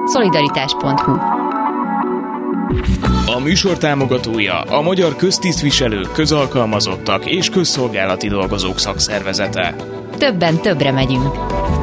Szolidaritás.hu. A műsor támogatója a Magyar Köztisztviselők, Közalkalmazottak és Közszolgálati Dolgozók Szakszervezete. Többen többre megyünk.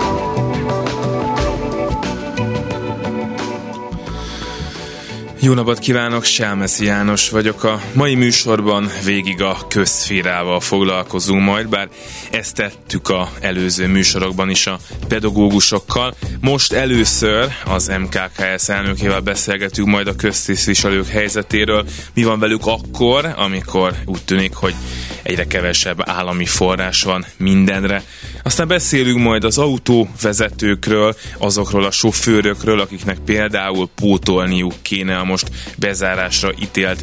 Jó napot kívánok, Selmeszi János vagyok. A mai műsorban végig a közszférával foglalkozunk majd, bár ezt tettük az előző műsorokban is a pedagógusokkal. Most először az MKKS elnökével beszélgetünk majd a köztisztviselők helyzetéről. Mi van velük akkor, amikor úgy tűnik, hogy egyre kevesebb állami forrás van mindenre. Aztán beszélünk majd az autóvezetőkről, azokról a sofőrökről, akiknek például pótolniuk kéne a most bezárásra ítélt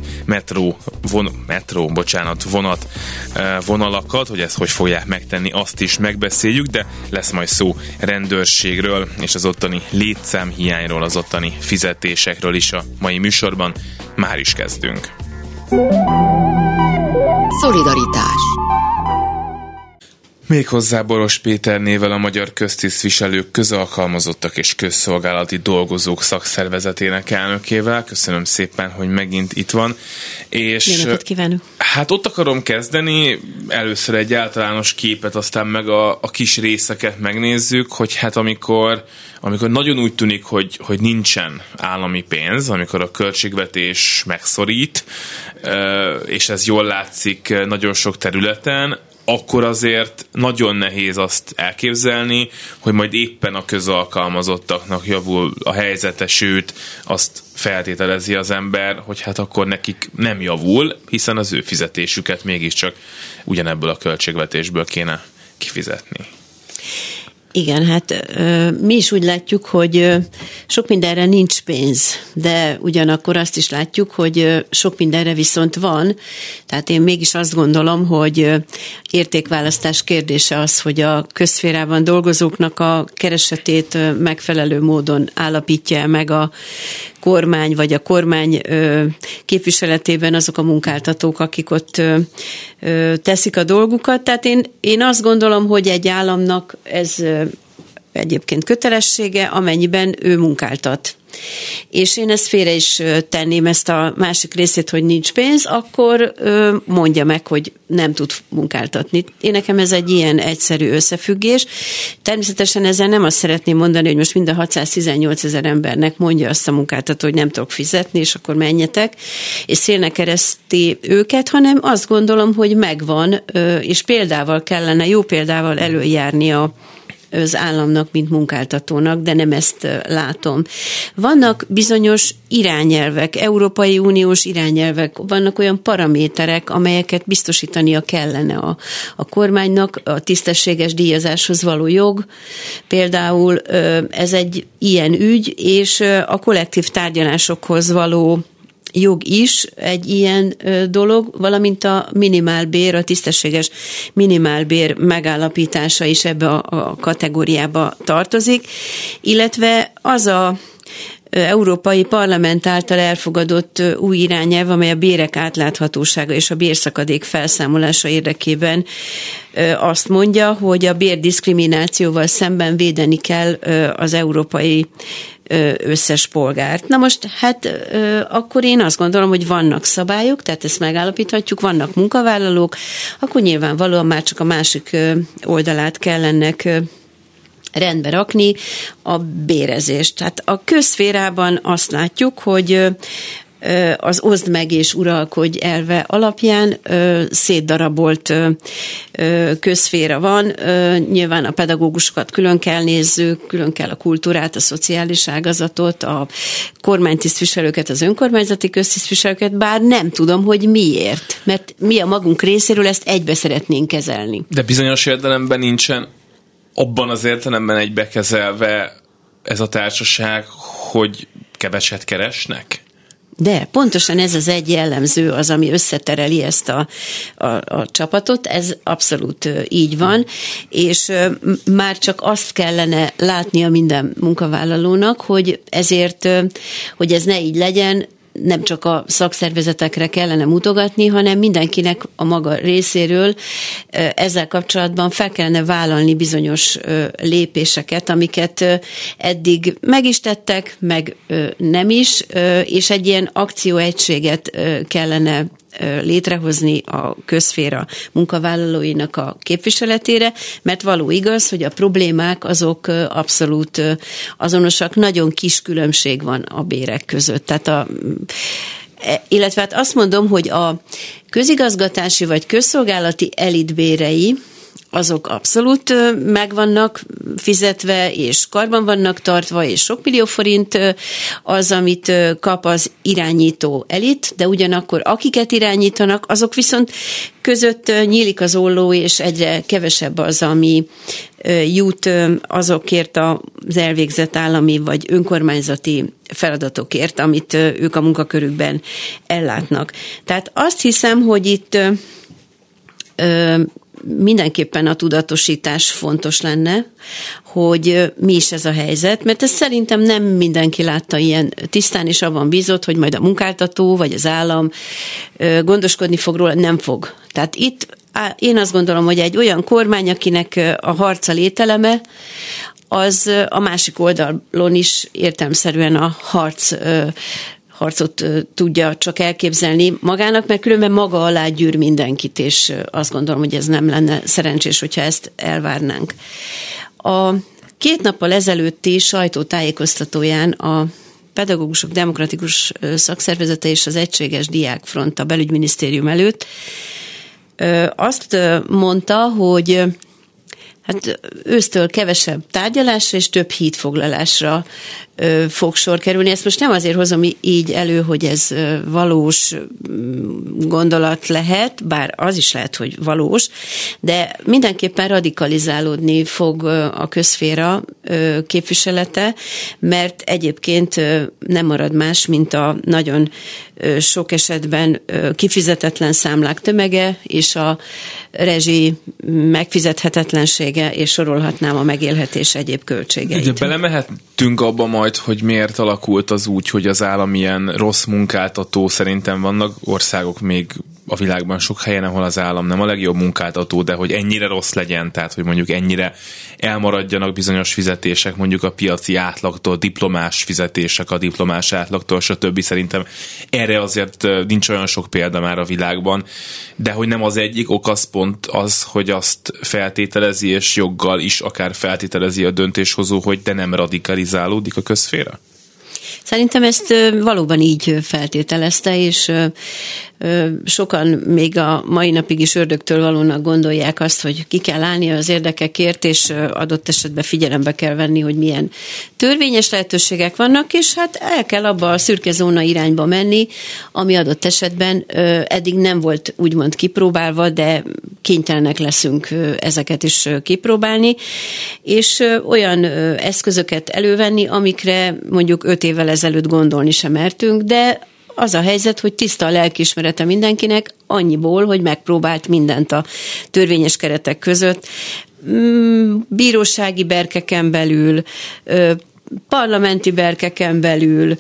vonalakat, hogy ezt hogy fogják megtenni, azt is megbeszéljük, de lesz majd szó rendőrségről és az ottani létszámhiányról, az ottani fizetésekről is a mai műsorban. Már is kezdünk. Szolidaritás. Méghozzá Boros Péter névvel a Magyar Köztisztviselők, Közalkalmazottak és Közszolgálati Dolgozók Szakszervezetének elnökével. Köszönöm szépen, hogy megint itt van. És jó napot kívánok! Hát ott akarom kezdeni, először egy általános képet, aztán meg a kis részeket megnézzük, hogy hát amikor nagyon úgy tűnik, hogy nincsen állami pénz, amikor a költségvetés megszorít, és ez jól látszik nagyon sok területen, akkor azért nagyon nehéz azt elképzelni, hogy majd éppen a közalkalmazottaknak javul a helyzete, sőt, azt feltételezi az ember, hogy hát akkor nekik nem javul, hiszen az ő fizetésüket mégiscsak ugyanebből a költségvetésből kéne kifizetni. Igen, hát mi is úgy látjuk, hogy sok mindenre nincs pénz, de ugyanakkor azt is látjuk, hogy sok mindenre viszont van. Tehát én mégis azt gondolom, hogy értékválasztás kérdése az, hogy a közszférában dolgozóknak a keresetét megfelelő módon állapítja meg a kormány, vagy a kormány képviseletében azok a munkáltatók, akik ott teszik a dolgukat. Tehát én azt gondolom, hogy egy államnak ez egyébként kötelessége, amennyiben ő munkáltat. És én ezt félre is tenném, ezt a másik részét, hogy nincs pénz, akkor mondja meg, hogy nem tud munkáltatni. Én nekem ez egy ilyen egyszerű összefüggés. Természetesen ezzel nem azt szeretném mondani, hogy most mind a 618 000 embernek mondja azt a munkáltató, hogy nem tudok fizetni, és akkor menjetek, és szélnek kereszti őket, hanem azt gondolom, hogy megvan, és példával kellene, jó példával előjárni az államnak, mint munkáltatónak, de nem ezt látom. Vannak bizonyos irányelvek, Európai Uniós irányelvek, vannak olyan paraméterek, amelyeket biztosítania kellene a kormánynak, a tisztességes díjazáshoz való jog. Például ez egy ilyen ügy, és a kollektív tárgyalásokhoz való jog is egy ilyen dolog, valamint a minimálbér, a tisztességes minimálbér megállapítása is ebbe a kategóriába tartozik, illetve az a Európai Parlament által elfogadott új irányelv, amely a bérek átláthatósága és a bérszakadék felszámolása érdekében azt mondja, hogy a bérdiszkriminációval szemben védeni kell az európai összes polgárt. Na most, hát akkor én azt gondolom, hogy vannak szabályok, tehát ezt megállapíthatjuk, vannak munkavállalók, akkor nyilvánvalóan már csak a másik oldalát kell ennek rendbe rakni, a bérezést. Tehát a közszférában azt látjuk, hogy az oszd meg és uralkodj elve alapján szétdarabolt közszféra van. Nyilván a pedagógusokat külön kell nézzük, külön kell a kultúrát, a szociális ágazatot, a kormánytisztviselőket, az önkormányzati köztisztviselőket, bár nem tudom, hogy miért. Mert mi a magunk részéről ezt egybe szeretnénk kezelni. De bizonyos értelemben nincsen abban az értelemben egybekezelve ez a társaság, hogy keveset keresnek? De pontosan ez az egy jellemző, az, ami összetereli ezt a csapatot, ez abszolút így van, és már csak azt kellene látnia minden munkavállalónak, hogy ezért, hogy ez ne így legyen, nem csak a szakszervezetekre kellene mutogatni, hanem mindenkinek a maga részéről ezzel kapcsolatban fel kellene vállalni bizonyos lépéseket, amiket eddig meg is tettek, meg nem is, és egy ilyen akcióegységet kellene létrehozni a közszféra munkavállalóinak a képviseletére, mert való igaz, hogy a problémák azok abszolút azonosak, nagyon kis különbség van a bérek között. Tehát illetve hát azt mondom, hogy a közigazgatási vagy közszolgálati elitbérei azok abszolút meg vannak fizetve, és karban vannak tartva, és sok millió forint az, amit kap az irányító elit, de ugyanakkor akiket irányítanak, azok viszont között nyílik az olló, és egyre kevesebb az, ami jut azokért az elvégzett állami vagy önkormányzati feladatokért, amit ők a munkakörükben ellátnak. Tehát azt hiszem, hogy itt mindenképpen a tudatosítás fontos lenne, hogy mi is ez a helyzet, mert ezt szerintem nem mindenki látta ilyen tisztán, és abban bízott, hogy majd a munkáltató vagy az állam gondoskodni fog róla, nem fog. Tehát itt én azt gondolom, hogy egy olyan kormány, akinek a harca lételeme, az a másik oldalon is értelemszerűen a harcot tudja csak elképzelni magának, mert különben maga alá gyűr mindenkit, és azt gondolom, hogy ez nem lenne szerencsés, hogyha ezt elvárnánk. A 2 nappal ezelőtti sajtótájékoztatóján a Pedagógusok Demokratikus Szakszervezete és az Egységes Diákfront a Belügyminisztérium előtt azt mondta, hogy hát ősztől kevesebb tárgyalásra és több hídfoglalásra fog sor kerülni. Ezt most nem azért hozom így elő, hogy ez valós gondolat lehet, bár az is lehet, hogy valós, de mindenképpen radikalizálódni fog a közszféra képviselete, mert egyébként nem marad más, mint a nagyon sok esetben kifizetetlen számlák tömege, és a rezsi megfizethetetlensége, és sorolhatnám a megélhetés egyéb költségeit. Ugye belemehetünk abba majd, hogy miért alakult az úgy, hogy az állam ilyen rossz munkáltató. Szerintem vannak országok még a világban sok helyen, ahol az állam nem a legjobb munkáltató, de hogy ennyire rossz legyen, tehát hogy mondjuk ennyire elmaradjanak bizonyos fizetések, mondjuk a piaci átlagtól, diplomás fizetések a diplomás átlagtól, stb. Szerintem erre azért nincs olyan sok példa már a világban, de hogy nem az egyik ok az pont az, hogy azt feltételezi, és joggal is akár feltételezi a döntéshozó, hogy de nem radikalizálódik a közszféra? Szerintem ezt valóban így feltételezte, és sokan még a mai napig is ördögtől valónak gondolják azt, hogy ki kell állni az érdekekért, és adott esetben figyelembe kell venni, hogy milyen törvényes lehetőségek vannak, és hát el kell abba a szürke zóna irányba menni, ami adott esetben eddig nem volt úgymond kipróbálva, de kénytelenek leszünk ezeket is kipróbálni, és olyan eszközöket elővenni, amikre mondjuk 5 évvel ezelőtt gondolni sem mertünk, de az a helyzet, hogy tiszta a lelkiismerete mindenkinek annyiból, hogy megpróbált mindent a törvényes keretek között, bírósági berkeken belül, parlamenti berkeken belül,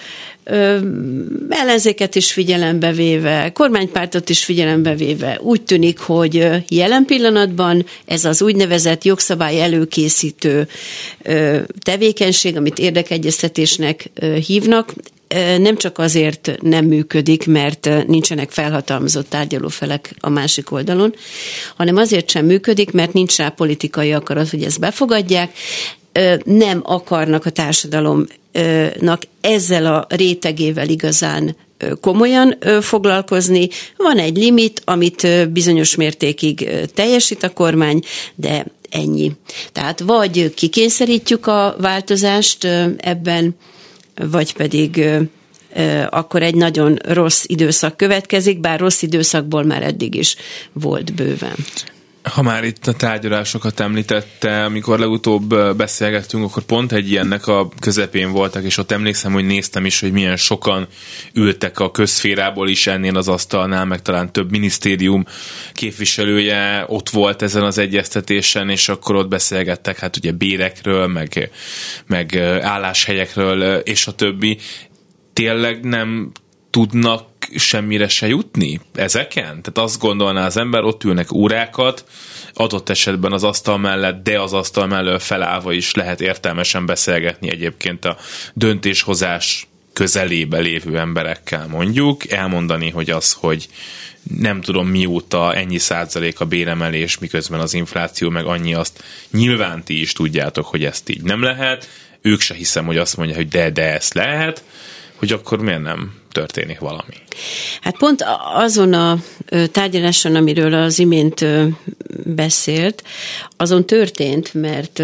ellenzéket is figyelembe véve, kormánypártot is figyelembe véve. Úgy tűnik, hogy jelen pillanatban ez az úgynevezett jogszabály előkészítő tevékenység, amit érdekegyeztetésnek hívnak, nem csak azért nem működik, mert nincsenek felhatalmazott tárgyalófelek a másik oldalon, hanem azért sem működik, mert nincs rá politikai akarat, hogy ezt befogadják, nem akarnak a társadalomnak ezzel a rétegével igazán komolyan foglalkozni. Van egy limit, amit bizonyos mértékig teljesít a kormány, de ennyi. Tehát vagy kikényszerítjük a változást ebben, vagy pedig akkor egy nagyon rossz időszak következik, bár rossz időszakból már eddig is volt bőven. Ha már itt a tárgyalásokat említette, amikor legutóbb beszélgettünk, akkor pont egy ilyennek a közepén voltak, és ott emlékszem, hogy néztem is, hogy milyen sokan ültek a közszférából is ennél az asztalnál, meg talán több minisztérium képviselője ott volt ezen az egyeztetésen, és akkor ott beszélgettek, hát ugye bérekről, meg álláshelyekről, és a többi. Tényleg nem tudnak semmire se jutni ezeken? Tehát azt gondolná az ember, ott ülnek órákat, adott esetben az asztal mellett, de az asztal mellől felállva is lehet értelmesen beszélgetni egyébként a döntéshozás közelébe lévő emberekkel mondjuk, elmondani, hogy nem tudom mióta ennyi százalék a béremelés, miközben az infláció meg annyi, azt nyilván ti is tudjátok, hogy ezt így nem lehet, ők se hiszem, hogy azt mondja, hogy de ezt lehet, hogy akkor miért nem történik valami? Hát pont azon a tárgyaláson, amiről az imént beszélt, azon történt, mert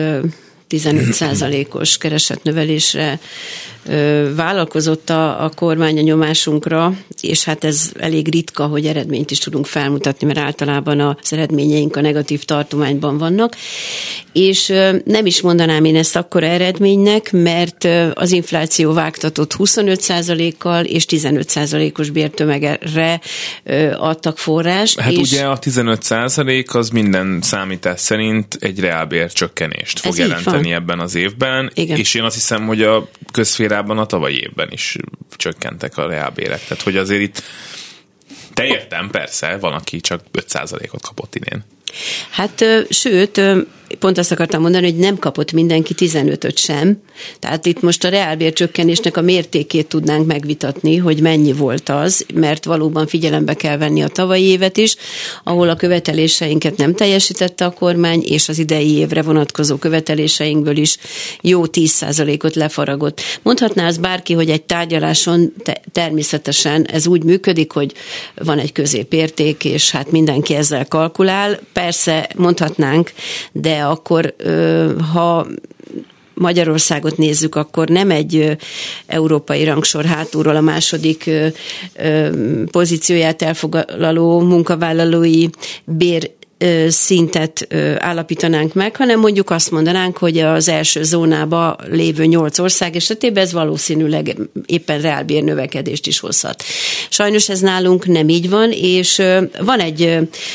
15%-os keresetnövelésre vállalkozott a kormány a nyomásunkra, és hát ez elég ritka, hogy eredményt is tudunk felmutatni, mert általában az eredményeink a negatív tartományban vannak, és nem is mondanám én ezt akkora eredménynek, mert az infláció vágtatott 25%-kal és 15%-os bértömegre adtak forrást. Hát és ugye a 15% az minden számítás szerint egy reálbér csökkenést fog jelenteni ebben az évben, igen. És én azt hiszem, hogy a közszférában a tavalyi évben is csökkentek a reálbérek. Tehát, hogy azért itt te értem, persze, van, aki csak 5%-ot kapott idén. Hát, sőt, pont azt akartam mondani, hogy nem kapott mindenki 15-öt sem. Tehát itt most a reálbér csökkenésnek a mértékét tudnánk megvitatni, hogy mennyi volt az, mert valóban figyelembe kell venni a tavalyi évet is, ahol a követeléseinket nem teljesítette a kormány, és az idei évre vonatkozó követeléseinkből is jó 10%-ot lefaragott. Mondhatná az bárki, hogy egy tárgyaláson természetesen ez úgy működik, hogy van egy középérték, és hát mindenki ezzel kalkulál. Persze mondhatnánk, de akkor, ha Magyarországot nézzük, akkor nem egy európai rangsor hátulról a második pozícióját elfoglaló munkavállalói bér szintet állapítanánk meg, hanem mondjuk azt mondanánk, hogy az első zónába lévő 8 ország esetében ez valószínűleg éppen reálbér növekedést is hozhat. Sajnos ez nálunk nem így van, és van egy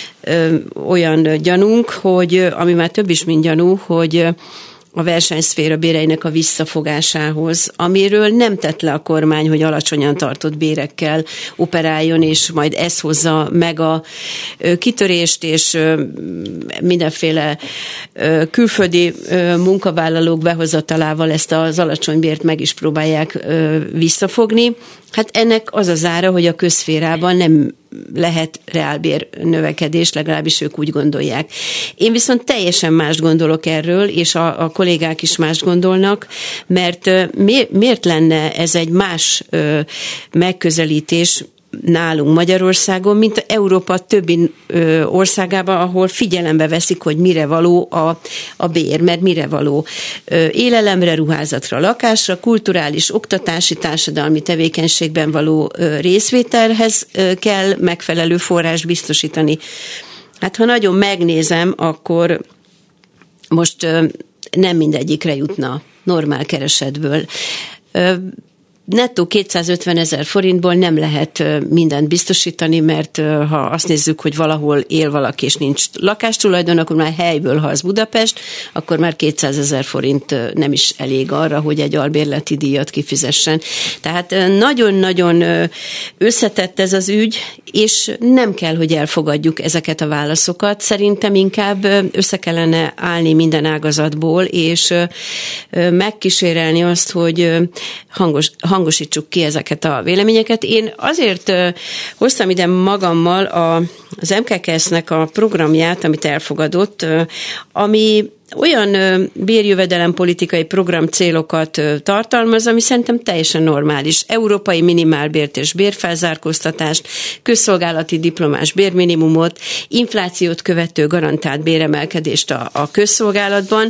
olyan gyanunk, hogy, ami már több is, mint gyanú, hogy a versenyszféra béreinek a visszafogásához, amiről nem tett le a kormány, hogy alacsonyan tartott bérekkel operáljon, és majd ez hozza meg a kitörést, és mindenféle külföldi munkavállalók behozatalával ezt az alacsony bért meg is próbálják visszafogni. Hát ennek az az ára, hogy a közszférában nem lehet reálbér növekedés, legalábbis ők úgy gondolják. Én viszont teljesen más gondolok erről, és a kollégák is más gondolnak, mert miért lenne ez egy más megközelítés nálunk Magyarországon, mint Európa többi országában, ahol figyelembe veszik, hogy mire való a bér, mert mire való élelemre, ruházatra, lakásra, kulturális, oktatási, társadalmi tevékenységben való részvételhez kell megfelelő forrást biztosítani. Hát ha nagyon megnézem, akkor most nem mindegyikre jutna normál keresetből. Nettó 250 000 forintból nem lehet mindent biztosítani, mert ha azt nézzük, hogy valahol él valaki, és nincs lakástulajdon, akkor már helyből, ha az Budapest, akkor már 200 000 forint nem is elég arra, hogy egy albérleti díjat kifizessen. Tehát nagyon-nagyon összetett ez az ügy, és nem kell, hogy elfogadjuk ezeket a válaszokat. Szerintem inkább össze kellene állni minden ágazatból, és megkísérelni azt, hogy hangosítsuk ki ezeket a véleményeket. Én azért hoztam ide magammal az MKKS-nek a programját, amit elfogadott, ami olyan bérjövedelem politikai program célokat tartalmaz, ami szerintem teljesen normális. Európai minimálbért és bérfelzárkóztatást, közszolgálati diplomás bérminimumot, inflációt követő garantált béremelkedést a közszolgálatban,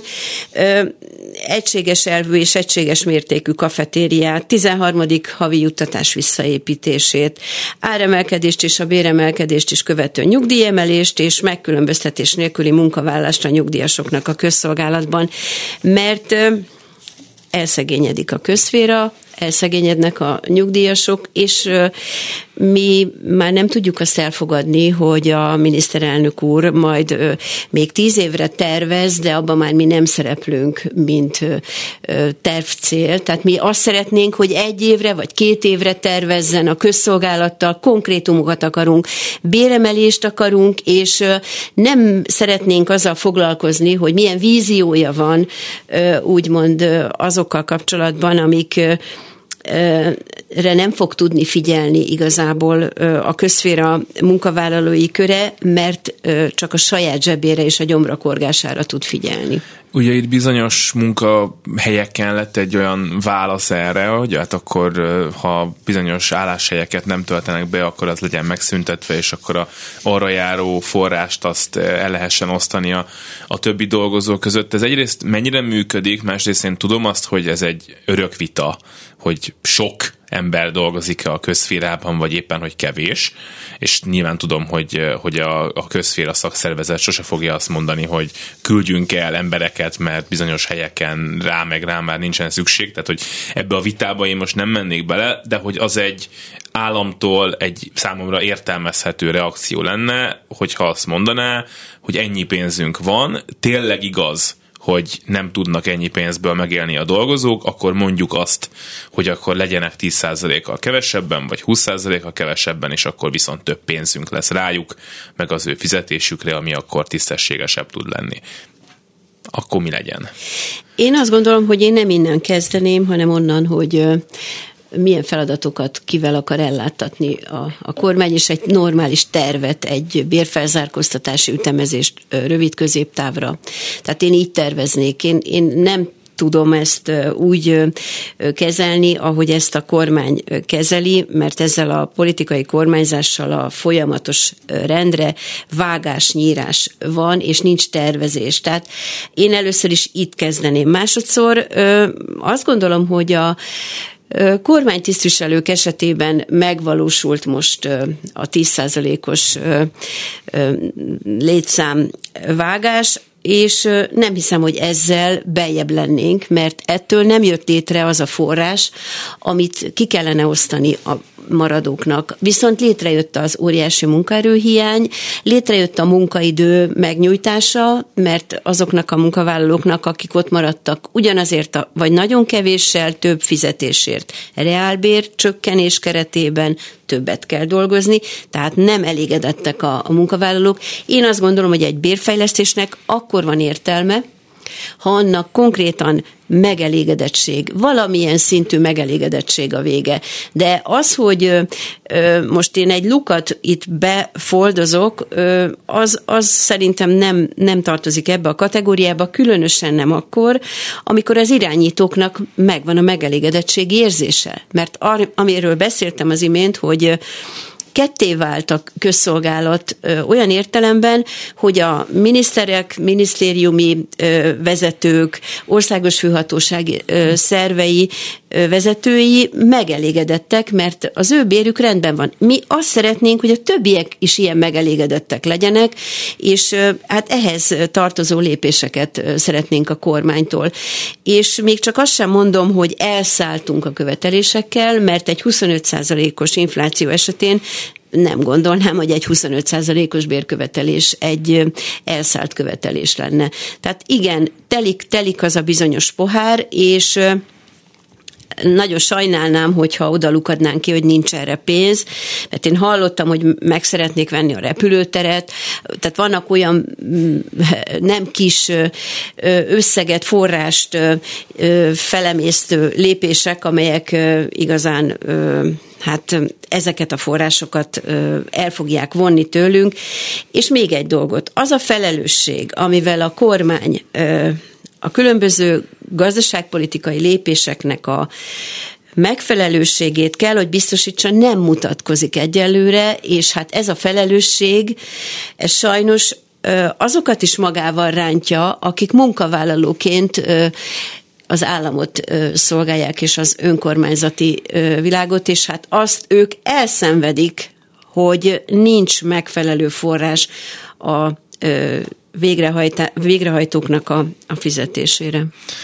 egységes elvű és egységes mértékű kafetériát, 13. havi juttatás visszaépítését, áremelkedést és a béremelkedést is követő nyugdíjemelést és megkülönböztetés nélküli munkavállalást a nyugdíjasoknak a közszolgálatban, mert elszegényedik a közszféra, elszegényednek a nyugdíjasok, és mi már nem tudjuk azt elfogadni, hogy a miniszterelnök úr majd még 10 évre tervez, de abban már mi nem szereplünk, mint tervcél. Tehát mi azt szeretnénk, hogy 1 évre vagy 2 évre tervezzen a közszolgálattal, konkrétumokat akarunk, béremelést akarunk, és nem szeretnénk azzal foglalkozni, hogy milyen víziója van, úgymond azokkal kapcsolatban, amik nem fog tudni figyelni igazából a közszféra munkavállalói köre, mert csak a saját zsebére és a gyomrakorgására tud figyelni. Ugye itt bizonyos munkahelyeken lett egy olyan válasz erre, hogy hát akkor, ha bizonyos álláshelyeket nem töltenek be, akkor az legyen megszüntetve, és akkor arra járó forrást azt el lehessen osztani a többi dolgozó között. Ez egyrészt mennyire működik, másrészt én tudom azt, hogy ez egy örök vita, hogy sok ember dolgozik a közszférában, vagy éppen, hogy kevés, és nyilván tudom, hogy a közszféra szakszervezet sose fogja azt mondani, hogy küldjünk el embereket, mert bizonyos helyeken rá már nincsen szükség, tehát hogy ebbe a vitába én most nem mennék bele, de hogy az egy államtól egy számomra értelmezhető reakció lenne, hogyha azt mondaná, hogy ennyi pénzünk van, tényleg igaz, hogy nem tudnak ennyi pénzből megélni a dolgozók, akkor mondjuk azt, hogy akkor legyenek 10%-kal kevesebben, vagy 20%-kal kevesebben, és akkor viszont több pénzünk lesz rájuk, meg az ő fizetésükre, ami akkor tisztességesebb tud lenni. Akkor mi legyen? Én azt gondolom, hogy én nem innen kezdeném, hanem onnan, hogy milyen feladatokat kivel akar elláttatni a kormány, és egy normális tervet, egy bérfelzárkóztatási ütemezést rövid középtávra. Tehát én így terveznék. Én nem tudom ezt úgy kezelni, ahogy ezt a kormány kezeli, mert ezzel a politikai kormányzással a folyamatos rendre vágás-nyírás van, és nincs tervezés. Tehát én először is itt kezdeném. Másodszor azt gondolom, hogy a kormánytisztviselők esetében megvalósult most a 10%-os létszámvágás, és nem hiszem, hogy ezzel beljebb lennénk, mert ettől nem jött létre az a forrás, amit ki kellene osztani a maradóknak. Viszont létrejött az óriási munkaerőhiány, létrejött a munkaidő megnyújtása, mert azoknak a munkavállalóknak, akik ott maradtak, ugyanazért vagy nagyon kevéssel több fizetésért. Reálbér csökkenés keretében többet kell dolgozni, tehát nem elégedettek a munkavállalók. Én azt gondolom, hogy egy bérfejlesztésnek akkor van értelme, ha annak konkrétan megelégedettség, valamilyen szintű megelégedettség a vége. De az, hogy most én egy lukat itt befoldozok, az szerintem nem tartozik ebbe a kategóriába, különösen nem akkor, amikor az irányítóknak megvan a megelégedettség érzése. Mert amiről beszéltem az imént, hogy ketté vált a közszolgálat olyan értelemben, hogy a miniszterek, minisztériumi vezetők, országos főhatóság szervei vezetői megelégedettek, mert az ő bérük rendben van. Mi azt szeretnénk, hogy a többiek is ilyen megelégedettek legyenek, és hát ehhez tartozó lépéseket szeretnénk a kormánytól. És még csak azt sem mondom, hogy elszálltunk a követelésekkel, mert egy 25%-os infláció esetén nem gondolnám, hogy egy 25%-os bérkövetelés egy elszállt követelés lenne. Tehát igen, telik az a bizonyos pohár, és nagyon sajnálnám, hogyha oda lukadnánk ki, hogy nincs erre pénz, mert én hallottam, hogy meg szeretnék venni a repülőteret, tehát vannak olyan nem kis összeget, forrást felemésztő lépések, amelyek igazán hát ezeket a forrásokat el fogják vonni tőlünk. És még egy dolgot, az a felelősség, amivel a kormány a különböző gazdaságpolitikai lépéseknek a megfelelőségét kell, hogy biztosítsa, nem mutatkozik egyelőre, és hát ez a felelősség, ez sajnos azokat is magával rántja, akik munkavállalóként az államot szolgálják, és az önkormányzati világot, és hát azt ők elszenvedik, hogy nincs megfelelő forrás a végrehajtóknak a fizetésére.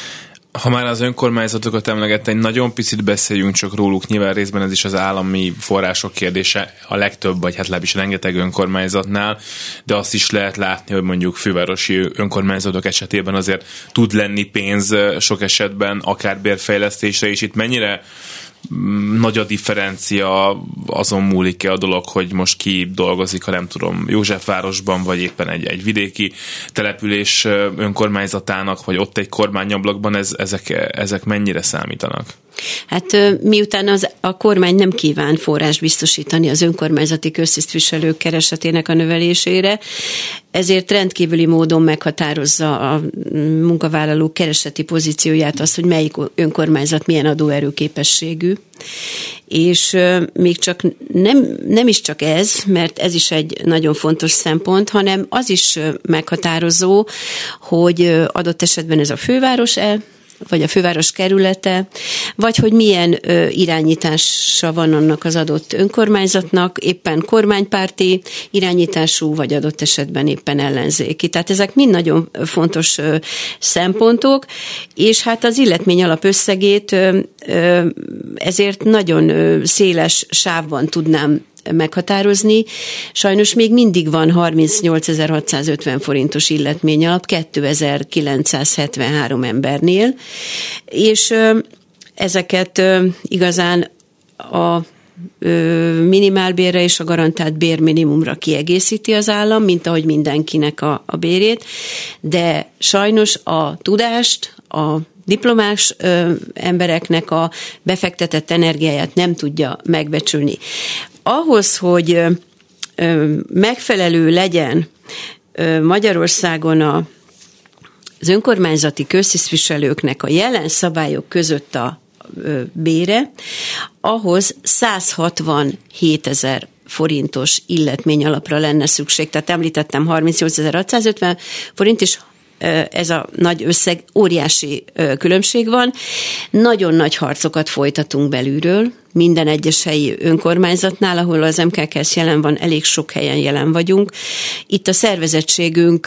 Ha már az önkormányzatokat emlegette, egy nagyon picit beszéljünk csak róluk, nyilván részben ez is az állami források kérdése a legtöbb, vagy hát legalábbis rengeteg önkormányzatnál, de azt is lehet látni, hogy mondjuk fővárosi önkormányzatok esetében azért tud lenni pénz sok esetben, akár bérfejlesztésre, és itt mennyire nagy a differencia, azon múlik-e a dolog, hogy most ki dolgozik, ha nem tudom, Józsefvárosban, vagy éppen egy vidéki település önkormányzatának, vagy ott egy kormányablakban, ezek mennyire számítanak? Hát miután a kormány nem kíván forrás biztosítani az önkormányzati köztisztviselők keresetének a növelésére, ezért rendkívüli módon meghatározza a munkavállalók kereseti pozícióját azt, hogy melyik önkormányzat milyen adóerőképességű. És még csak nem is csak ez, mert ez is egy nagyon fontos szempont, hanem az is meghatározó, hogy adott esetben ez a főváros-e, vagy a főváros kerülete, vagy hogy milyen irányítása van annak az adott önkormányzatnak, éppen kormánypárti irányítású, vagy adott esetben éppen ellenzéki. Tehát ezek mind nagyon fontos szempontok, és hát az illetmény alap összegét ezért nagyon széles sávban tudnám meghatározni. Sajnos még mindig van 38.650 forintos illetményalap 2973 embernél, és ezeket igazán a minimálbérre és a garantált bérminimumra kiegészíti az állam, mint ahogy mindenkinek a bérét, de sajnos a tudást, a diplomás embereknek a befektetett energiáját nem tudja megbecsülni. Ahhoz, hogy megfelelő legyen Magyarországon az önkormányzati köztisztviselőknek a jelen szabályok között a bére, ahhoz 167 000 forintos illetményalapra lenne szükség. Tehát említettem 38.650 forint, és ez a nagy összeg, óriási különbség van. Nagyon nagy harcokat folytatunk belülről, minden egyes helyi önkormányzatnál, ahol az MKKS jelen van, elég sok helyen jelen vagyunk. Itt a szervezettségünk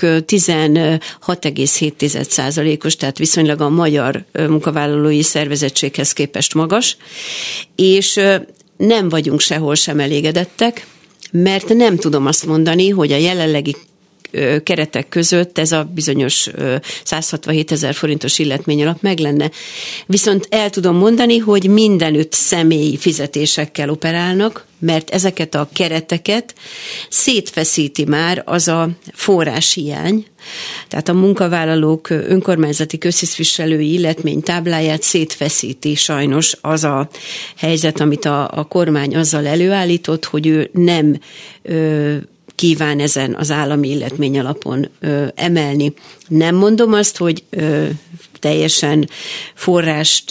16,7%-os, tehát viszonylag a magyar munkavállalói szervezettséghez képest magas, és nem vagyunk sehol sem elégedettek, mert nem tudom azt mondani, hogy a jelenlegi keretek között ez a bizonyos 167 000 forintos illetményalap meg lenne. Viszont el tudom mondani, hogy mindenütt személyi fizetésekkel operálnak, mert ezeket a kereteket szétfeszíti már az a forráshiány, tehát a munkavállalók önkormányzati köztisztviselői illetménytábláját szétfeszíti sajnos az a helyzet, amit a kormány azzal előállított, hogy ő nem kíván ezen az állami illetményalapon emelni. Nem mondom azt, hogy teljesen forrás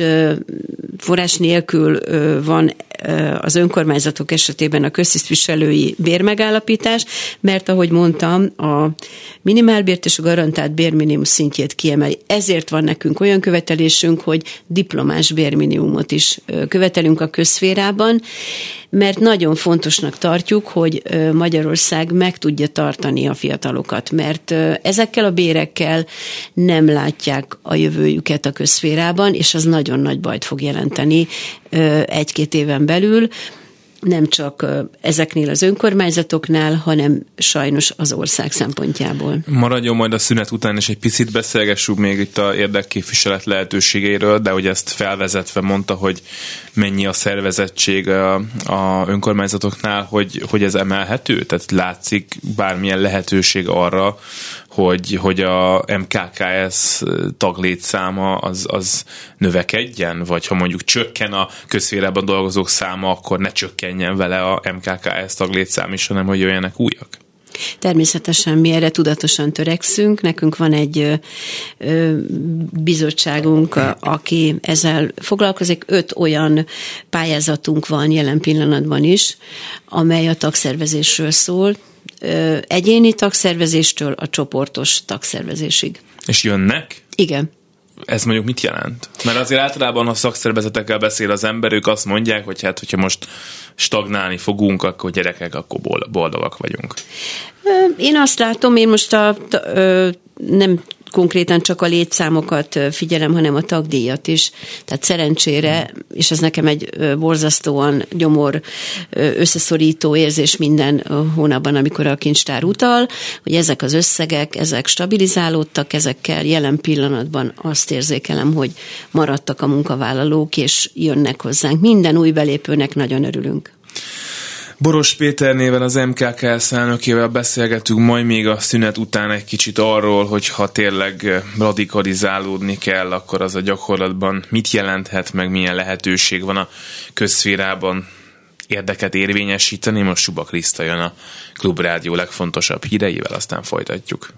nélkül van az önkormányzatok esetében a köztisztviselői bérmegállapítás, mert ahogy mondtam, a minimálbért és a garantált bérminimum szintjét kiemeli. Ezért van nekünk olyan követelésünk, hogy diplomás bérminimumot is követelünk a közszférában, mert nagyon fontosnak tartjuk, hogy Magyarország meg tudja tartani a fiatalokat, mert ezekkel a bérekkel nem látják a jövőjüket a közszférában, és az nagyon nagy bajt fog jelenteni 1-2 éven belül, nem csak ezeknél az önkormányzatoknál, hanem sajnos az ország szempontjából. Maradjon majd a szünet után, és egy picit beszélgessünk még itt a érdekképviselet lehetőségeiről, de hogy ezt felvezetve mondta, hogy mennyi a szervezettség a önkormányzatoknál, hogy ez emelhető? Tehát látszik bármilyen lehetőség arra, hogy a MKKS taglétszáma az növekedjen? Vagy ha mondjuk csökken a közszférában dolgozók száma, akkor ne csökkenjen vele a MKKS taglétszám is, hanem hogy jöjjenek újak? Természetesen mi erre tudatosan törekszünk. Nekünk van egy bizottságunk, aki ezzel foglalkozik. 5 olyan pályázatunk van jelen pillanatban is, amely a tagszervezésről szól. Egyéni tagszervezéstől a csoportos tagszervezésig. És jönnek? Igen. Ez mondjuk mit jelent? Mert azért általában, ha szakszervezetekkel beszél az ember, ők azt mondják, hogy hát, hogyha most stagnálni fogunk, akkor gyerekek, akkor boldogak vagyunk. Én azt látom, én most nem konkrétan csak a létszámokat figyelem, hanem a tagdíjat is. Tehát szerencsére, és ez nekem egy borzasztóan gyomor összeszorító érzés minden hónapban, amikor a kincstár utal, hogy ezek az összegek, ezek stabilizálódtak, ezekkel jelen pillanatban azt érzékelem, hogy maradtak a munkavállalók, és jönnek hozzánk. Minden új belépőnek nagyon örülünk. Boros Péter néven az MKKS elnökével beszélgetünk majd még a szünet után egy kicsit arról, hogy ha tényleg radikalizálódni kell, akkor az a gyakorlatban mit jelenthet, meg milyen lehetőség van a közszférában érdeket érvényesíteni. Most Suba Kriszta jön a Klubrádió legfontosabb híreivel, aztán folytatjuk.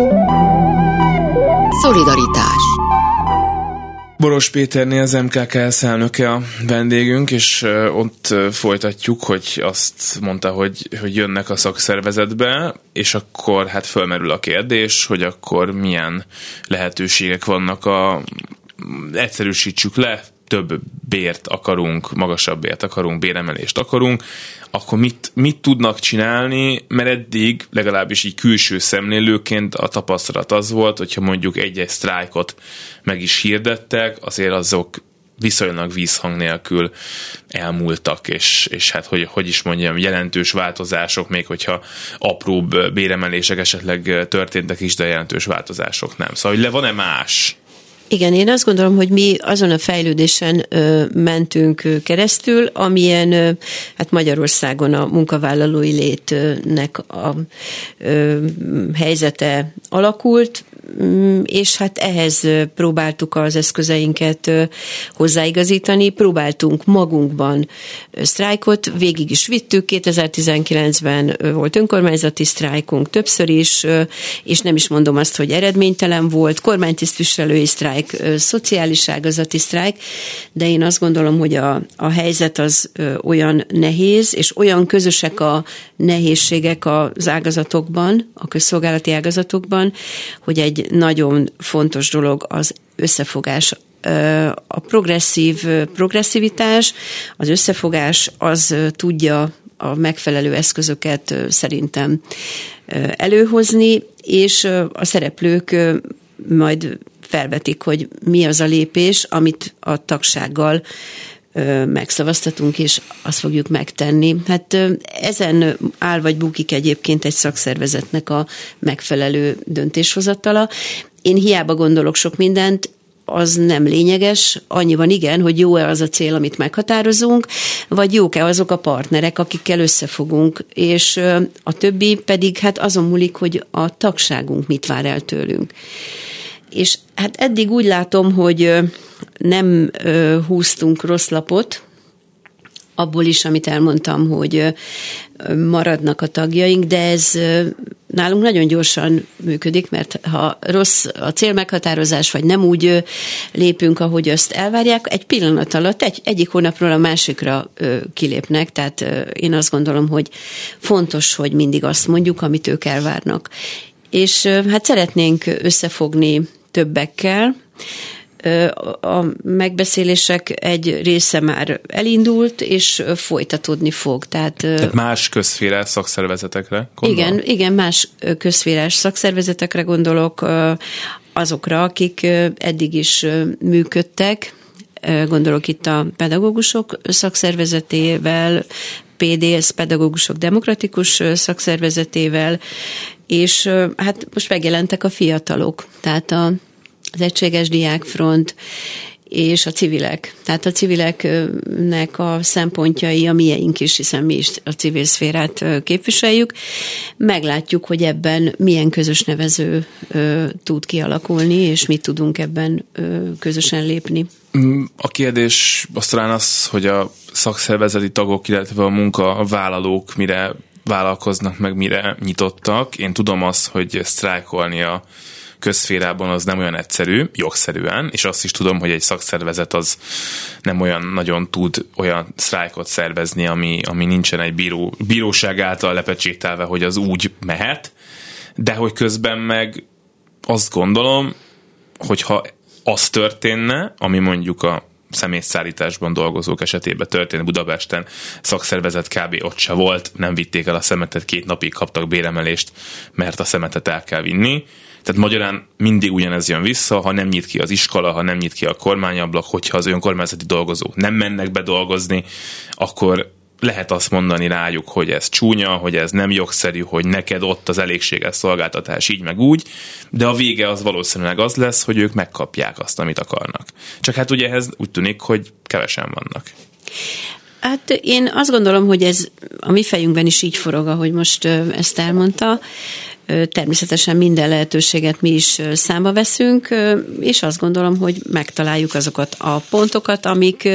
Szolidaritás. Boros Péternél az MKKS elnöke a vendégünk, és ott folytatjuk, hogy azt mondta, hogy jönnek a szakszervezetbe, és akkor hát fölmerül a kérdés, hogy akkor milyen lehetőségek vannak egyszerűsítsük le, több bért akarunk, magasabb bért akarunk, béremelést akarunk, akkor mit tudnak csinálni, mert eddig legalábbis így külső szemlélőként a tapasztalat az volt, hogyha mondjuk egy-egy sztrájkot meg is hirdettek, azért azok viszonylag vízhang nélkül elmúltak, és hát hogy is mondjam, jelentős változások, még hogyha apróbb béremelések esetleg történtek is, de jelentős változások nem. Szóval, hogy van-e más? Igen, én azt gondolom, hogy mi azon a fejlődésen mentünk keresztül, amilyen hát Magyarországon a munkavállalói létnek a helyzete alakult, és hát ehhez próbáltuk az eszközeinket hozzáigazítani, próbáltunk magunkban sztrájkot, végig is vittük, 2019-ben volt önkormányzati sztrájkunk többször is, és nem is mondom azt, hogy eredménytelen volt, kormánytisztviselői sztrájk, szociális ágazati sztrájk, de én azt gondolom, hogy a helyzet az olyan nehéz, és olyan közösek a nehézségek az ágazatokban, a közszolgálati ágazatokban, hogy egy nagyon fontos dolog az összefogás. A progresszivitás, az összefogás az tudja a megfelelő eszközöket szerintem előhozni, és a szereplők majd felvetik, hogy mi az a lépés, amit a tagsággal megszavaztatunk, és azt fogjuk megtenni. Hát ezen áll vagy bukik egyébként egy szakszervezetnek a megfelelő döntéshozatala. Én hiába gondolok sok mindent, az nem lényeges, annyiban igen, hogy jó-e az a cél, amit meghatározunk, vagy jók-e azok a partnerek, akikkel összefogunk, és a többi pedig hát azon múlik, hogy a tagságunk mit vár el tőlünk. És hát eddig úgy látom, hogy nem húztunk rossz lapot, abból is, amit elmondtam, hogy maradnak a tagjaink, de ez nálunk nagyon gyorsan működik, mert ha rossz a célmeghatározás, vagy nem úgy lépünk, ahogy azt elvárják, egy pillanat alatt egyik hónapról a másikra kilépnek, tehát én azt gondolom, hogy fontos, hogy mindig azt mondjuk, amit ők elvárnak. És hát szeretnénk összefogni többekkel. A megbeszélések egy része már elindult, és folytatódni fog. Tehát más közszférás szakszervezetekre gondolom? Igen, más közszférás szakszervezetekre gondolok, azokra, akik eddig is működtek. Gondolok itt a pedagógusok szakszervezetével, PDS, Pedagógusok Demokratikus Szakszervezetével, és hát most megjelentek a fiatalok, tehát az Egységes Diákfront és a civilek. Tehát a civileknek a szempontjai a mieink is, hiszen mi is a civil szférát képviseljük. Meglátjuk, hogy ebben milyen közös nevező tud kialakulni, és mit tudunk ebben közösen lépni. A kérdés az talán az, hogy a szakszervezeti tagok, illetve a munkavállalók mire vállalkoznak, meg mire nyitottak. Én tudom azt, hogy sztrájkolni a közszférában az nem olyan egyszerű, jogszerűen, és azt is tudom, hogy egy szakszervezet az nem olyan nagyon tud olyan sztrájkot szervezni, ami nincsen egy bíróság által lepecsételve, hogy az úgy mehet, de hogy közben meg azt gondolom, hogyha az történne, ami mondjuk a személyszállításban dolgozók esetében történt Budapesten, szakszervezet kb. Ott se volt, nem vitték el a szemetet, 2 napig kaptak béremelést, mert a szemetet el kell vinni. Tehát magyarán mindig ugyanez jön vissza, ha nem nyit ki az iskola, ha nem nyit ki a kormányablak, hogyha az önkormányzati dolgozók nem mennek be dolgozni, akkor lehet azt mondani rájuk, hogy ez csúnya, hogy ez nem jogszerű, hogy neked ott az elégséges szolgáltatás így meg úgy, de a vége az valószínűleg az lesz, hogy ők megkapják azt, amit akarnak. Csak hát ugye ehhez úgy tűnik, hogy kevesen vannak. Hát én azt gondolom, hogy ez a mi fejünkben is így forog, ahogy most ezt elmondta. Természetesen minden lehetőséget mi is számba veszünk, és azt gondolom, hogy megtaláljuk azokat a pontokat, amik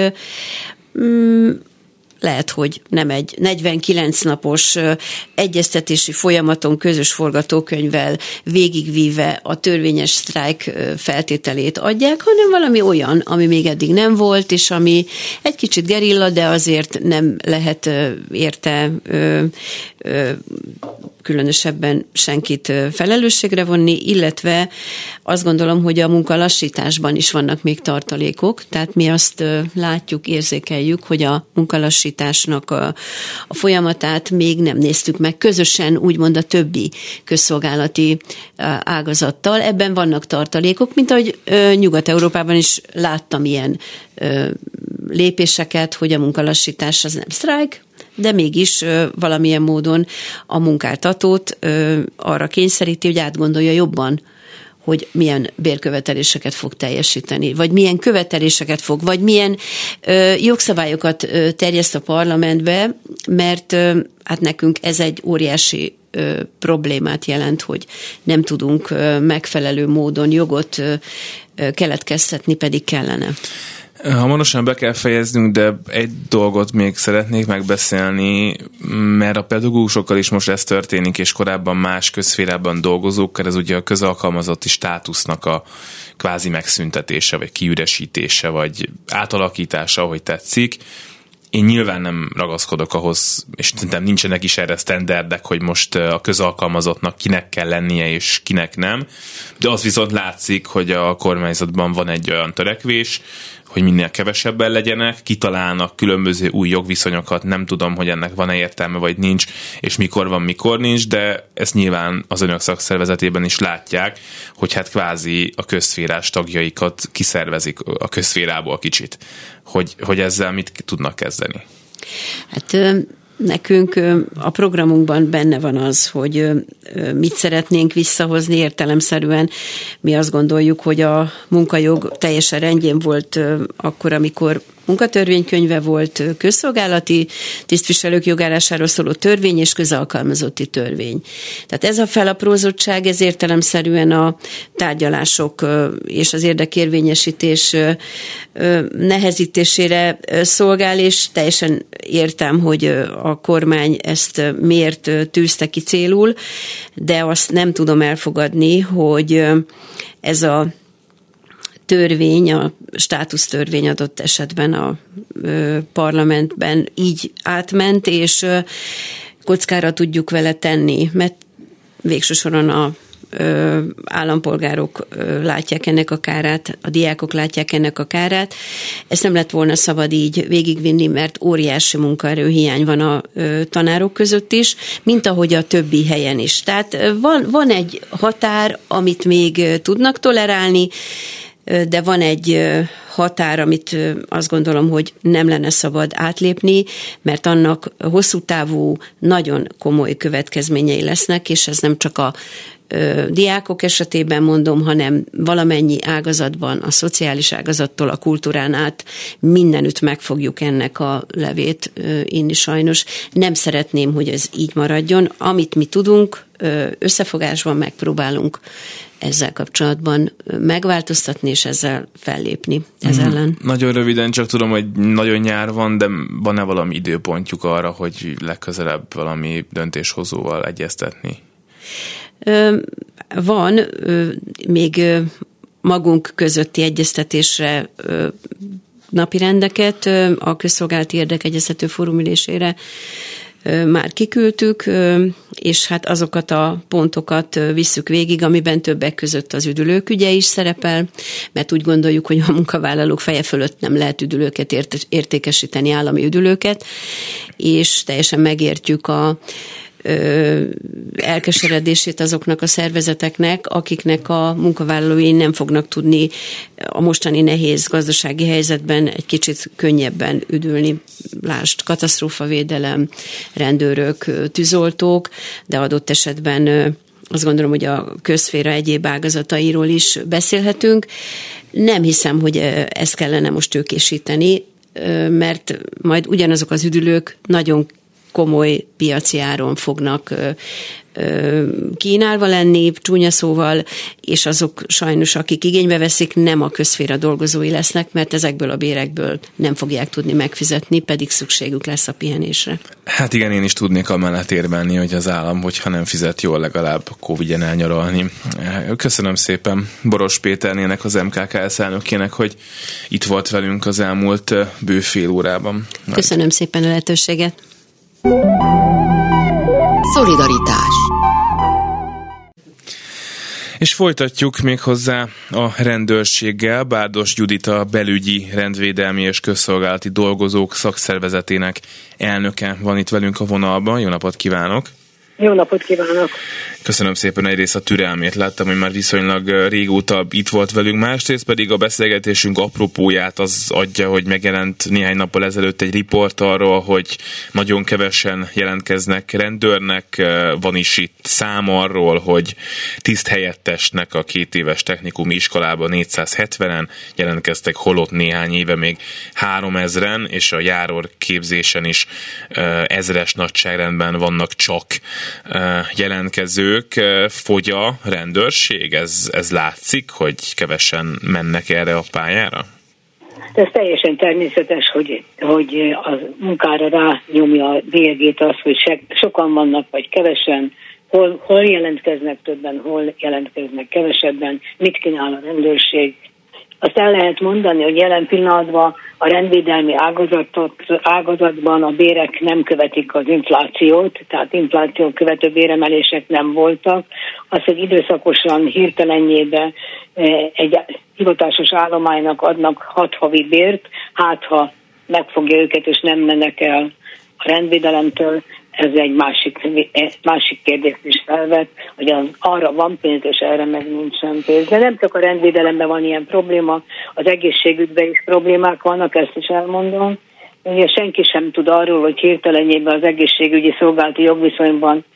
lehet, hogy nem egy 49 napos egyeztetési folyamaton közös forgatókönyvvel végigvíve a törvényes sztrájk feltételét adják, hanem valami olyan, ami még eddig nem volt, és ami egy kicsit gerilla, de azért nem lehet érte különösebben senkit felelősségre vonni, illetve azt gondolom, hogy a munkalassításban is vannak még tartalékok, tehát mi azt látjuk, érzékeljük, hogy a munkalassításnak a folyamatát még nem néztük meg közösen, úgymond a többi közszolgálati ágazattal. Ebben vannak tartalékok, mint ahogy Nyugat-Európában is láttam ilyen lépéseket, hogy a munkalassítás az nem sztrájk, de mégis valamilyen módon a munkáltatót arra kényszeríti, hogy átgondolja jobban, hogy milyen bérköveteléseket fog teljesíteni, vagy milyen követeléseket fog, vagy milyen jogszabályokat terjeszt a parlamentbe, mert hát nekünk ez egy óriási problémát jelent, hogy nem tudunk megfelelő módon jogot keletkeztetni, pedig kellene. Hamarosan be kell fejeznünk, de egy dolgot még szeretnék megbeszélni, mert a pedagógusokkal is most ez történik, és korábban más közszférában dolgozókkal, ez ugye a közalkalmazotti státusznak a kvázi megszüntetése, vagy kiüresítése, vagy átalakítása, ahogy tetszik. Én nyilván nem ragaszkodok ahhoz, és szerintem nincsenek is erre sztenderdek, hogy most a közalkalmazottnak kinek kell lennie, és kinek nem. De az viszont látszik, hogy a kormányzatban van egy olyan törekvés, hogy minél kevesebben legyenek, kitalálnak különböző új jogviszonyokat, nem tudom, hogy ennek van-e értelme, vagy nincs, és mikor van, mikor nincs, de ezt nyilván az önök szakszervezetében is látják, hogy hát kvázi a közszférás tagjaikat kiszervezik a közszférából kicsit. Hogy ezzel mit tudnak kezdeni? Hát nekünk a programunkban benne van az, hogy mit szeretnénk visszahozni értelemszerűen. Mi azt gondoljuk, hogy a munkajog teljesen rendjén volt akkor, amikor munkatörvénykönyve volt, közszolgálati tisztviselők jogállásáról szóló törvény és közalkalmazotti törvény. Tehát ez a felaprózottság, ez értelemszerűen a tárgyalások és az érdekérvényesítés nehezítésére szolgál, és teljesen értem, hogy a kormány ezt miért tűzte ki célul, de azt nem tudom elfogadni, hogy ez a törvény, a státusztörvény adott esetben a parlamentben így átment, és kockára tudjuk vele tenni, mert végső soron a állampolgárok látják ennek a kárát, a diákok látják ennek a kárát. Ezt nem lett volna szabad így végigvinni, mert óriási munkaerőhiány van a tanárok között is, mint ahogy a többi helyen is. Tehát van egy határ, amit még tudnak tolerálni, de van egy határ, amit azt gondolom, hogy nem lenne szabad átlépni, mert annak hosszú távú, nagyon komoly következményei lesznek, és ez nem csak a diákok esetében mondom, hanem valamennyi ágazatban, a szociális ágazattól a kultúrán át mindenütt megfogjuk ennek a levét, én is sajnos. Nem szeretném, hogy ez így maradjon. Amit mi tudunk, összefogásban megpróbálunk ezzel kapcsolatban megváltoztatni, és ezzel fellépni ez ellen. Nagyon röviden, csak tudom, hogy nagyon nyár van, de van-e valami időpontjuk arra, hogy legközelebb valami döntéshozóval egyeztetni? Van, még magunk közötti egyeztetésre napirendeket a Közszolgálati Érdekegyeztető Fórum ülésére már kiküldtük, és hát azokat a pontokat visszük végig, amiben többek között az üdülők ügye is szerepel, mert úgy gondoljuk, hogy a munkavállalók feje fölött nem lehet üdülőket értékesíteni, állami üdülőket, és teljesen megértjük a elkeseredését azoknak a szervezeteknek, akiknek a munkavállalói nem fognak tudni a mostani nehéz gazdasági helyzetben egy kicsit könnyebben üdülni. Lásd, katasztrófavédelem, rendőrök, tűzoltók, de adott esetben azt gondolom, hogy a közszféra egyéb ágazatairól is beszélhetünk. Nem hiszem, hogy ezt kellene most tőkésíteni, mert majd ugyanazok az üdülők nagyon komoly piaci áron fognak kínálva lenni, csúnya szóval, és azok sajnos, akik igénybe veszik, nem a közszféra dolgozói lesznek, mert ezekből a bérekből nem fogják tudni megfizetni, pedig szükségük lesz a pihenésre. Hát igen, én is tudnék amellett érvelni, hogy az állam, hogyha nem fizet jól, legalább akkor vigyen el nyaralni. Köszönöm szépen Boros Péternének, az MKKS elnökének, hogy itt volt velünk az elmúlt bő fél órában. Köszönöm szépen a lehetőséget. Szolidaritás. És folytatjuk még hozzá a rendőrséggel. Bárdos Judita belügyi, rendvédelmi és közszolgálati dolgozók szakszervezetének elnöke van itt velünk a vonalban. Jó napot kívánok! Jó napot kívánok! Köszönöm szépen egyrészt a türelmét, láttam, hogy már viszonylag régóta itt volt velünk, másrészt pedig a beszélgetésünk apropóját az adja, hogy megjelent néhány nappal ezelőtt egy riport arról, hogy nagyon kevesen jelentkeznek rendőrnek, van is itt szám arról, hogy tiszthelyettesnek a 2 éves technikumi iskolában 470-en jelentkeztek, holott néhány éve még 3000-en, és a járőr képzésen is ezres nagyságrendben vannak csak jelentkezők. Fogy a rendőrség? Ez látszik, hogy kevesen mennek erre a pályára? Ez teljesen természetes, hogy a munkára rányomja a bélyegét az, hogy sokan vannak, vagy kevesen, hol jelentkeznek többen, hol jelentkeznek kevesebben, mit kínál a rendőrség. Azt el lehet mondani, hogy jelen pillanatban a rendvédelmi ágazatban a bérek nem követik az inflációt, tehát infláció követő béremelések nem voltak. Az, hogy időszakosan, hirtelenjébe egy hivatásos állománynak adnak 6 havi bért, hát ha megfogja őket és nem mennek el a rendvédelemtől, ez egy másik kérdést is felvet, hogy arra van pénz, és erre meg nincsen pénz. De nem csak a rendvédelemben van ilyen probléma, az egészségügyben is problémák vannak, ezt is elmondom. Ugye senki sem tud arról, hogy hirtelenjében az egészségügyi szolgálati jogviszonyban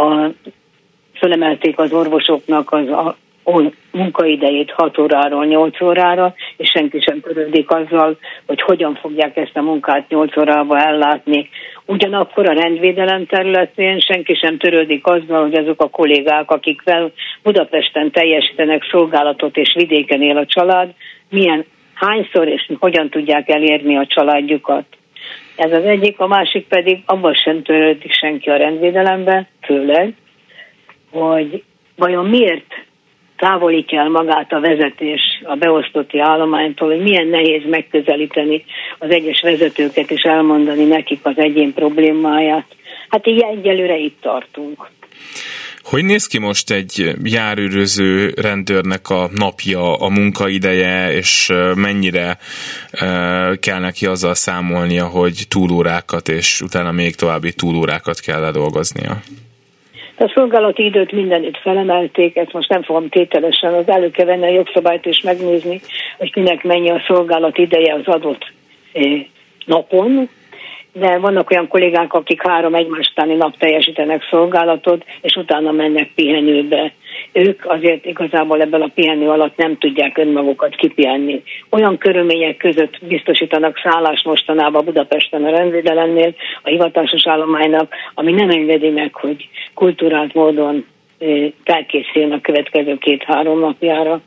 fölemelték az orvosoknak az munkaidejét 6 óráról 8 órára, és senki sem törődik azzal, hogy hogyan fogják ezt a munkát 8 órába ellátni. Ugyanakkor a rendvédelem területén senki sem törődik azzal, hogy azok a kollégák, akikvel Budapesten teljesítenek szolgálatot és vidéken él a család, hányszor és hogyan tudják elérni a családjukat. Ez az egyik, a másik pedig abban sem törődik senki a rendvédelemben, főleg, hogy vajon miért távolítja el magát a vezetés a beosztotti állománytól, hogy milyen nehéz megközelíteni az egyes vezetőket és elmondani nekik az egyén problémáját. Hát így egyelőre itt tartunk. Hogy néz ki most egy járőröző rendőrnek a napja, a munkaideje, és mennyire kell neki azzal számolnia, hogy túlórákat, és utána még további túlórákat kell ledolgoznia? A szolgálati időt mindenütt felemelték, ezt most nem fogom tételesen, az elő kell venni a jogszabályt és megnézni, hogy kinek mennyi a szolgálati ideje az adott napon, de vannak olyan kollégák, akik 3 egymás utáni nap teljesítenek szolgálatot, és utána mennek pihenőbe. Ők azért igazából ebből a pihenő alatt nem tudják önmagukat kipihenni. Olyan körülmények között biztosítanak szállást mostanában Budapesten a rendvédelemnél, a hivatásos állománynak, ami nem engedi meg, hogy kulturált módon felkészüljön a következő 2-3 napjára.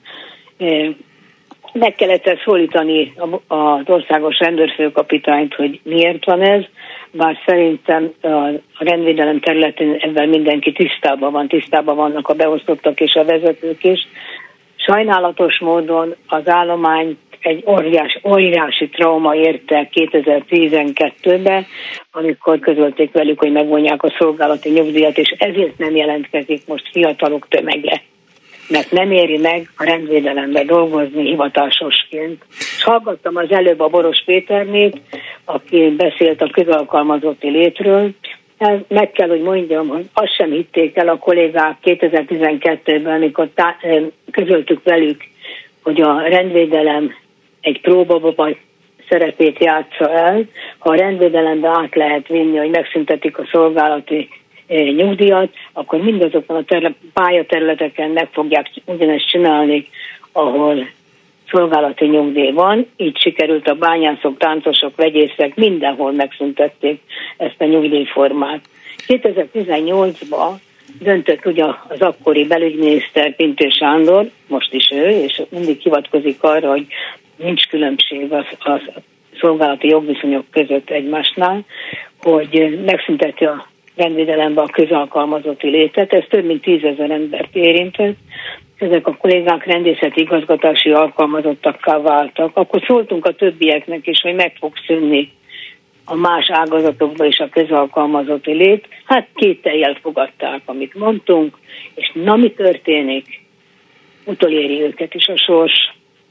Meg kellett szólítani az országos rendőrfőkapitányt, hogy miért van ez, bár szerintem a rendvédelem területén ebben mindenki tisztában vannak a beosztottak és a vezetők is. Sajnálatos módon az állomány egy óriási trauma érte 2012-ben, amikor közölték velük, hogy megvonják a szolgálati nyugdíjat, és ezért nem jelentkezik most fiatalok tömege, mert nem éri meg a rendvédelembe dolgozni hivatásosként. És hallgattam az előbb a Boros Péternét, aki beszélt a közalkalmazotti létről. Meg kell, hogy mondjam, hogy azt sem hitték el a kollégák 2012-ben, amikor közöltük velük, hogy a rendvédelem egy próbababa szerepét játsza el. Ha a rendvédelembe át lehet vinni, hogy megszüntetik a szolgálati nyugdíjat, akkor mindazokon a pályaterületeken meg fogják ugyanezt csinálni, ahol szolgálati nyugdíj van. Így sikerült a bányászok, táncosok, vegyészek, mindenhol megszüntették ezt a nyugdíjformát. 2018-ban döntött ugye az akkori belügyminiszter Pintér Sándor, most is ő, és mindig hivatkozik arra, hogy nincs különbség a szolgálati jogviszonyok között egymásnál, hogy megszünteti a rendvédelembe a közalkalmazotti létet. Ez több mint 10 000 embert érintett. Ezek a kollégák rendészeti igazgatási alkalmazottakká váltak. Akkor szóltunk a többieknek is, hogy meg fog szűnni a más ágazatokban is a közalkalmazotti lét. Hát kételyel fogadták, amit mondtunk, és na mi történik? Utoléri őket is a sors.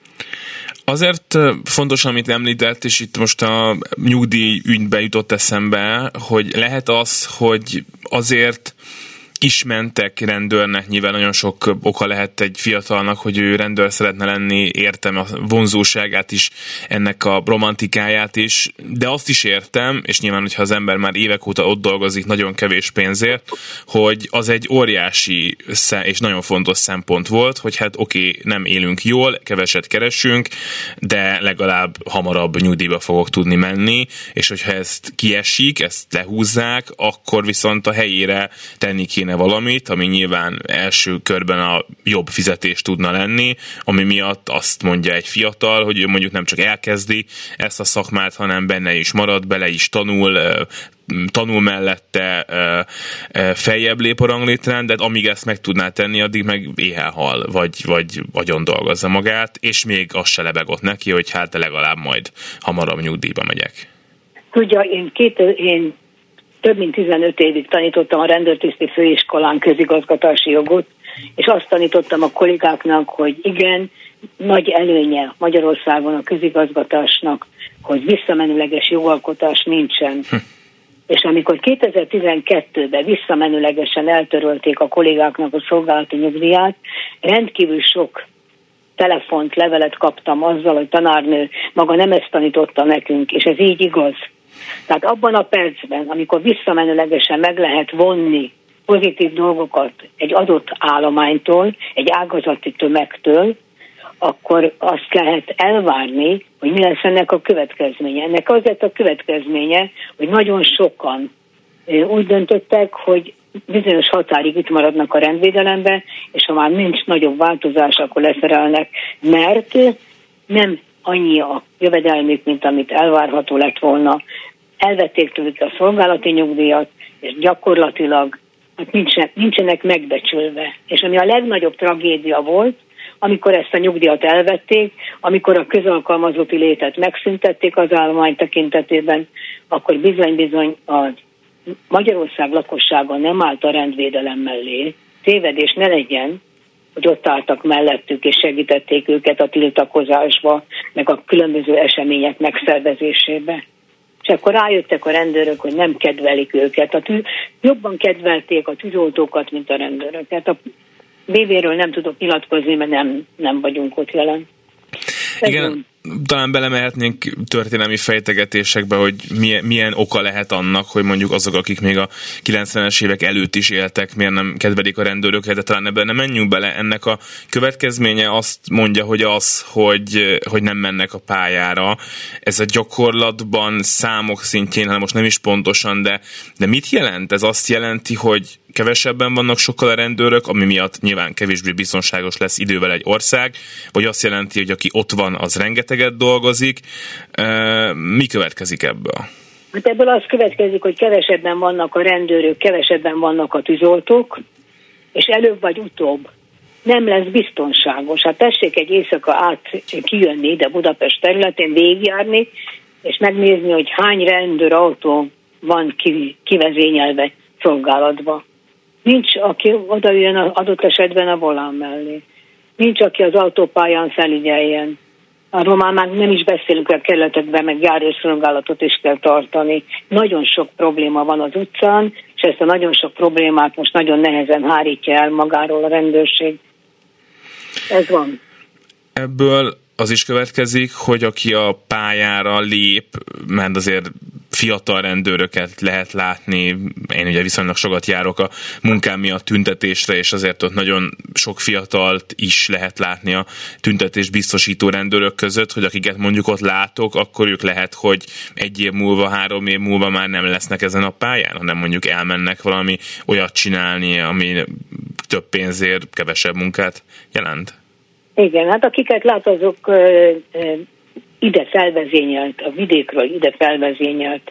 Azért fontos, amit említett, és itt most a nyugdíj ügybe jutott eszembe, hogy lehet az, hogy azért is mentek rendőrnek, nyilván nagyon sok oka lehet egy fiatalnak, hogy ő rendőr szeretne lenni, értem a vonzóságát is, ennek a romantikáját is, de azt is értem, és nyilván, hogyha az ember már évek óta ott dolgozik nagyon kevés pénzért, hogy az egy óriási és nagyon fontos szempont volt, hogy hát oké, nem élünk jól, keveset keresünk, de legalább hamarabb nyugdíjba fogok tudni menni, és hogyha ezt kiesik, ezt lehúzzák, akkor viszont a helyére tenni kéne valamit, ami nyilván első körben a jobb fizetés tudna lenni, ami miatt azt mondja egy fiatal, hogy ő mondjuk nem csak elkezdi ezt a szakmát, hanem benne is marad, bele is tanul mellette, feljebb lép a ranglétrán, de amíg ezt meg tudná tenni, addig meg éhen hal, vagy agyon dolgozza magát, és még az se lebegott neki, hogy hát legalább majd hamarabb nyugdíjba megyek. Tudja, én több mint 15 évig tanítottam a rendőrtiszti főiskolán közigazgatási jogot, és azt tanítottam a kollégáknak, hogy igen, nagy előnye Magyarországon a közigazgatásnak, hogy visszamenőleges jogalkotás nincsen. És amikor 2012-ben visszamenőlegesen eltörölték a kollégáknak a szolgálati nyugdíját, rendkívül sok telefont, levelet kaptam azzal, hogy tanárnő maga nem ezt tanította nekünk, és ez így igaz. Tehát abban a percben, amikor visszamenőlegesen meg lehet vonni pozitív dolgokat egy adott állománytól, egy ágazati tömegtől, akkor azt lehet elvárni, hogy mi lesz ennek a következménye. Ennek az lett a következménye, hogy nagyon sokan úgy döntöttek, hogy bizonyos határig itt maradnak a rendvédelembe, és ha már nincs nagyobb változás, akkor leszerelnek, mert nem annyi a jövedelmük, mint amit elvárható lett volna. Elvették tőlük a szolgálati nyugdíjat, és gyakorlatilag hát nincsenek megbecsülve. És ami a legnagyobb tragédia volt, amikor ezt a nyugdíjat elvették, amikor a közalkalmazotti létet megszüntették az állomány tekintetében, akkor bizony a Magyarország lakossága nem állt a rendvédelem mellé. Tévedés ne legyen, hogy ott álltak mellettük és segítették őket a tiltakozásba, meg a különböző események megszervezésébe. És akkor rájöttek a rendőrök, hogy nem kedvelik őket. Jobban kedvelték a tűzoltókat, mint a rendőröket. A BV-ről nem tudok nyilatkozni, mert nem vagyunk ott jelen. Igen, talán belemehetnénk történelmi fejtegetésekbe, hogy milyen oka lehet annak, hogy mondjuk azok, akik még a 90-es évek előtt is éltek, miért nem kedvelik a rendőröket, de talán ebben nem menjünk bele. Ennek a következménye azt mondja, hogy nem mennek a pályára. Ez a gyakorlatban számok szintjén, hanem most nem is pontosan, de mit jelent? Ez azt jelenti, hogy kevesebben vannak sokkal a rendőrök, ami miatt nyilván kevésbé biztonságos lesz idővel egy ország, vagy azt jelenti, hogy aki ott van, az rengeteget dolgozik. Mi következik ebből? Hát ebből az következik, hogy kevesebben vannak a rendőrök, kevesebben vannak a tűzoltók, és előbb vagy utóbb nem lesz biztonságos. Hát tessék egy éjszaka át kijönni ide Budapest területén, végigjárni, és megnézni, hogy hány rendőrautó van kivezényelve szolgálatba. Nincs, aki odaüljön adott esetben a volán mellé. Nincs, aki az autópályán felügyeljen. Arról már nem is beszélünk, a kerületekben meg járőrszolgálatot is kell tartani. Nagyon sok probléma van az utcán, és ezt a nagyon sok problémát most nagyon nehezen hárítja el magáról a rendőrség. Ez van. Ebből az is következik, hogy aki a pályára lép, mert azért fiatal rendőröket lehet látni, én ugye viszonylag sokat járok a munkám miatt tüntetésre, és azért ott nagyon sok fiatalt is lehet látni a tüntetés biztosító rendőrök között, hogy akiket mondjuk ott látok, akkor ők lehet, hogy 1 év múlva, 3 év múlva már nem lesznek ezen a pályán, hanem mondjuk elmennek valami olyat csinálni, ami több pénzért kevesebb munkát jelent. Igen, hát akiket lát, azok ide felvezényelt, a vidékről ide felvezényelt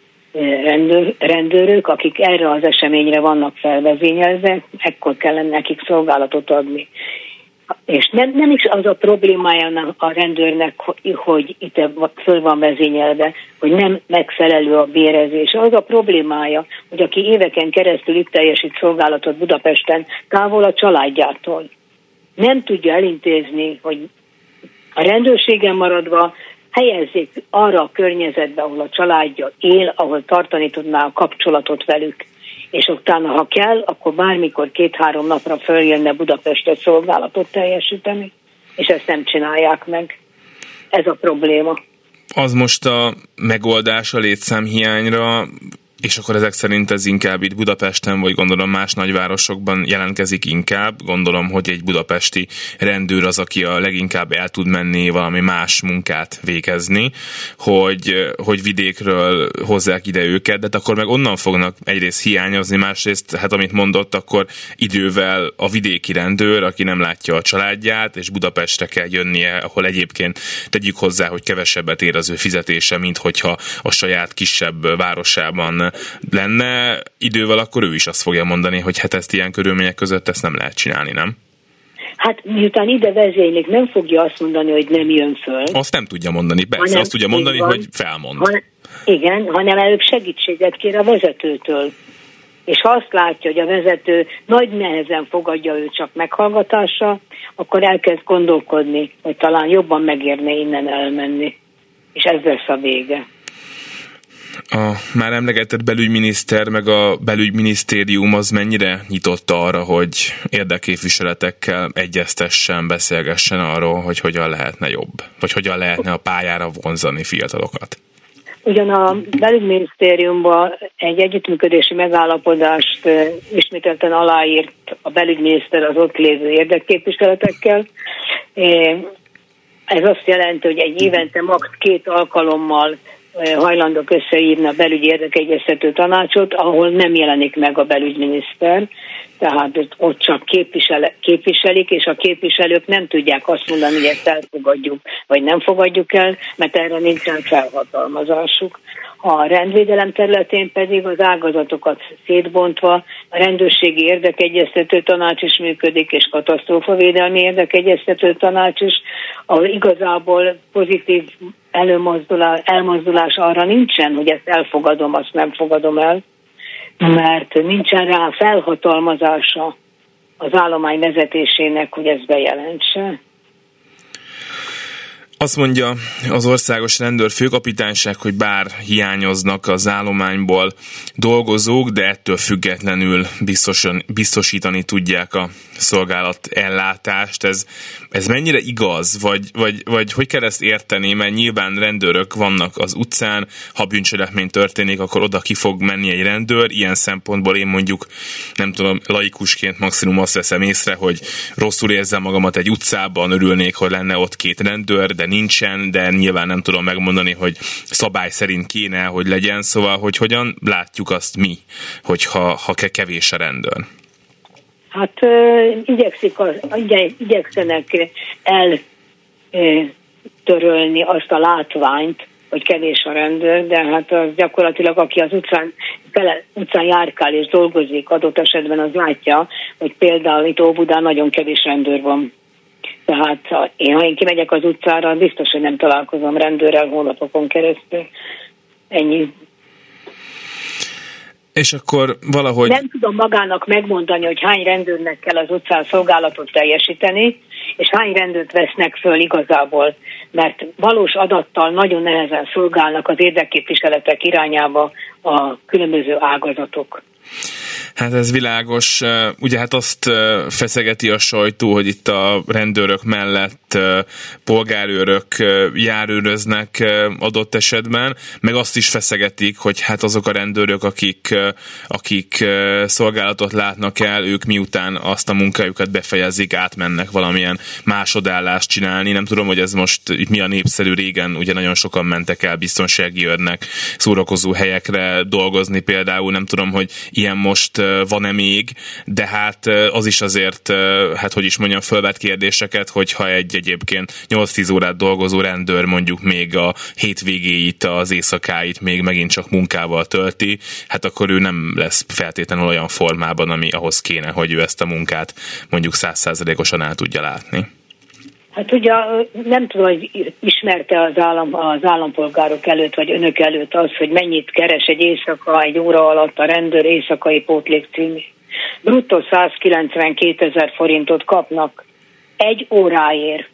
rendőrök, akik erre az eseményre vannak felvezényelve, ekkor kellene nekik szolgálatot adni. És nem is az a problémája a rendőrnek, hogy itt föl van vezényelve, hogy nem megfelelő a bérezés. Az a problémája, hogy aki éveken keresztül itt teljesít szolgálatot Budapesten, távol a családjától, nem tudja elintézni, hogy a rendőrségen maradva helyezzék arra a környezetbe, ahol a családja él, ahol tartani tudná a kapcsolatot velük. És utána, ha kell, akkor bármikor 2-3 napra följönne Budapestre szolgálatot teljesíteni, és ezt nem csinálják meg. Ez a probléma. Az most a megoldás a létszámhiányra, és akkor ezek szerint ez inkább itt Budapesten, vagy gondolom más nagyvárosokban jelentkezik inkább. Gondolom, hogy egy budapesti rendőr az, aki a leginkább el tud menni valami más munkát végezni, hogy vidékről hozzák ide őket, de akkor meg onnan fognak egyrészt hiányozni, másrészt, hát amit mondott, akkor idővel a vidéki rendőr, aki nem látja a családját, és Budapestre kell jönnie, ahol egyébként tegyük hozzá, hogy kevesebbet ér az ő fizetése, mint hogyha a saját kisebb városában lenne, idővel akkor ő is azt fogja mondani, hogy hát ezt ilyen körülmények között ezt nem lehet csinálni, nem? Hát miután ide vezénylik, nem fogja azt mondani, hogy nem jön föl. Azt nem tudja mondani, persze, azt tudja mondani, hogy felmond. Igen, hanem előbb segítséget kér a vezetőtől. És ha azt látja, hogy a vezető nagy nehezen fogadja őt csak meghallgatásra, akkor elkezd gondolkodni, hogy talán jobban megérne innen elmenni. És ez lesz a vége. A már emlegetett belügyminiszter, meg a belügyminisztérium az mennyire nyitott arra, hogy érdekképviseletekkel egyeztessen, beszélgessen arról, hogy hogyan lehetne jobb, vagy hogyan lehetne a pályára vonzani fiatalokat? Ugyan a belügyminisztériumban egy együttműködési megállapodást ismételten aláírt a belügyminiszter az ott lévő érdekképviseletekkel. Ez azt jelenti, hogy egy évente max. 2 alkalommal hajlandók összehívni a belügyi érdekegyeztető tanácsot, ahol nem jelenik meg a belügyminiszter, tehát ott csak képviselik, és a képviselők nem tudják azt mondani, hogy ezt elfogadjuk, vagy nem fogadjuk el, mert erre nincsen felhatalmazásuk. A rendvédelem területén pedig az ágazatokat szétbontva a rendőrségi érdekegyeztető tanács is működik, és katasztrófavédelmi érdekegyeztető tanács is, ahol igazából pozitív elmozdulás arra nincsen, hogy ezt elfogadom, azt nem fogadom el, mert nincsen rá felhatalmazása az állomány vezetésének, hogy ezt bejelentse. Azt mondja az országos rendőrfőkapitányság, hogy bár hiányoznak az állományból dolgozók, de ettől függetlenül biztosítani tudják a szolgálat ellátást. Ez mennyire igaz? Vagy hogy kell ezt érteni? Mert nyilván rendőrök vannak az utcán, ha bűncselekmény történik, akkor oda ki fog menni egy rendőr. Ilyen szempontból én mondjuk, nem tudom, laikusként maximum azt veszem észre, hogy rosszul érzem magamat egy utcában, örülnék, hogy lenne ott 2 rendőr, de nincsen, de nyilván nem tudom megmondani, hogy szabály szerint kéne, hogy legyen, szóval, hogy hogyan látjuk azt mi, hogyha kevés a rendőr. Hát igyekszenek eltörölni azt a látványt, hogy kevés a rendőr, de hát az gyakorlatilag, aki az utcán járkál és dolgozik, adott esetben az látja, hogy például itt Óbudán nagyon kevés rendőr van. Tehát ha én kimegyek az utcára, biztos, hogy nem találkozom rendőrrel hónapokon keresztül. Ennyi. És akkor valahogy... Nem tudom magának megmondani, hogy hány rendőrnek kell az utcán szolgálatot teljesíteni, és hány rendőrt vesznek föl igazából, mert valós adattal nagyon nehezen szolgálnak az érdekképviseletek irányába a különböző ágazatok. Hát ez világos. Ugye hát azt feszegeti a sajtó, hogy itt a rendőrök mellett polgárőrök járőröznek adott esetben, meg azt is feszegetik, hogy hát azok a rendőrök, akik szolgálatot látnak el, ők miután azt a munkájukat befejezik, átmennek valamilyen másodállást csinálni. Nem tudom, hogy ez most itt mi a népszerű. Régen ugye nagyon sokan mentek el biztonsági őrnek, szórakozó helyekre dolgozni például. Nem tudom, hogy ilyen most van-e még, de hát az is azért, hát hogy is mondjam, fölvet kérdéseket, hogyha egy egyébként 8-10 órát dolgozó rendőr mondjuk még a hétvégéit, az éjszakáit még megint csak munkával tölti, hát akkor ő nem lesz feltétlenül olyan formában, ami ahhoz kéne, hogy ő ezt a munkát mondjuk 100%-osan el tudja látni. Hát ugye nem tudom, hogy ismerte az állampolgárok előtt, vagy önök előtt az, hogy mennyit keres egy éjszaka, egy óra alatt a rendőr éjszakai pótlék című. Bruttó 192 000 forintot kapnak egy óráért.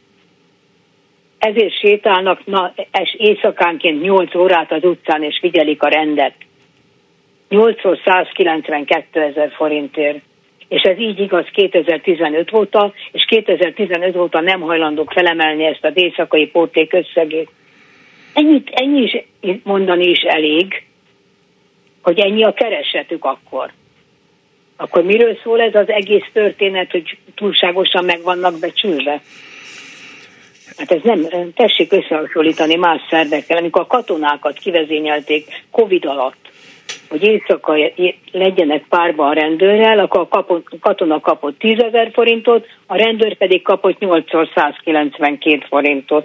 Ezért sétálnak éjszakánként 8 órát az utcán, és figyelik a rendet. 8-szor 192 000 forintért. És ez így igaz 2015 óta, és 2015 óta nem hajlandók felemelni ezt a éjszakai pótlék összegét. Ennyi is mondani is elég, hogy ennyi a keresetük akkor. Akkor miről szól ez az egész történet, hogy túlságosan meg vannak becsülve? Hát ez nem, tessék összehasonlítani más szervekkel, amikor a katonákat kivezényelték Covid alatt, hogy éjszaka legyenek párba a rendőrrel, akkor a katona kapott 10 000 forintot, a rendőr pedig kapott 8-szor 192 forintot.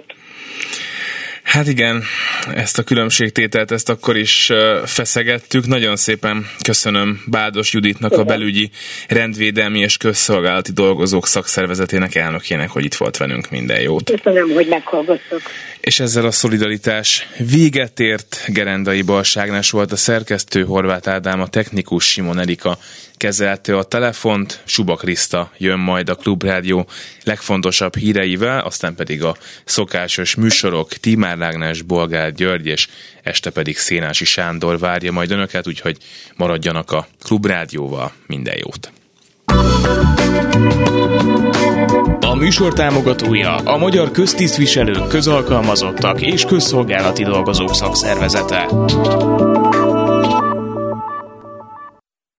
Hát igen, ezt a különbségtételt, ezt akkor is feszegettük. Nagyon szépen köszönöm Bádos Juditnak, a Belügyi, Rendvédelmi és Közszolgálati Dolgozók Szakszervezetének elnökének, hogy itt volt velünk. Minden jót. Köszönöm, hogy meghallgattak. És ezzel a szolidaritás véget ért. Gerendai Balázs Ágnes volt a szerkesztő, Horváth Ádám a technikus, Simon Erika kezelte a telefont, Suba Kriszta jön majd a Klubrádió legfontosabb híreivel, aztán pedig a szokásos műsorok, Tímár Ágnes, Bolgár György, és este pedig Szénási Sándor várja majd önöket, úgyhogy maradjanak a Klubrádióval. Minden jót! A műsor támogatója a Magyar Köztisztviselők, Közalkalmazottak és Közszolgálati Dolgozók Szakszervezete.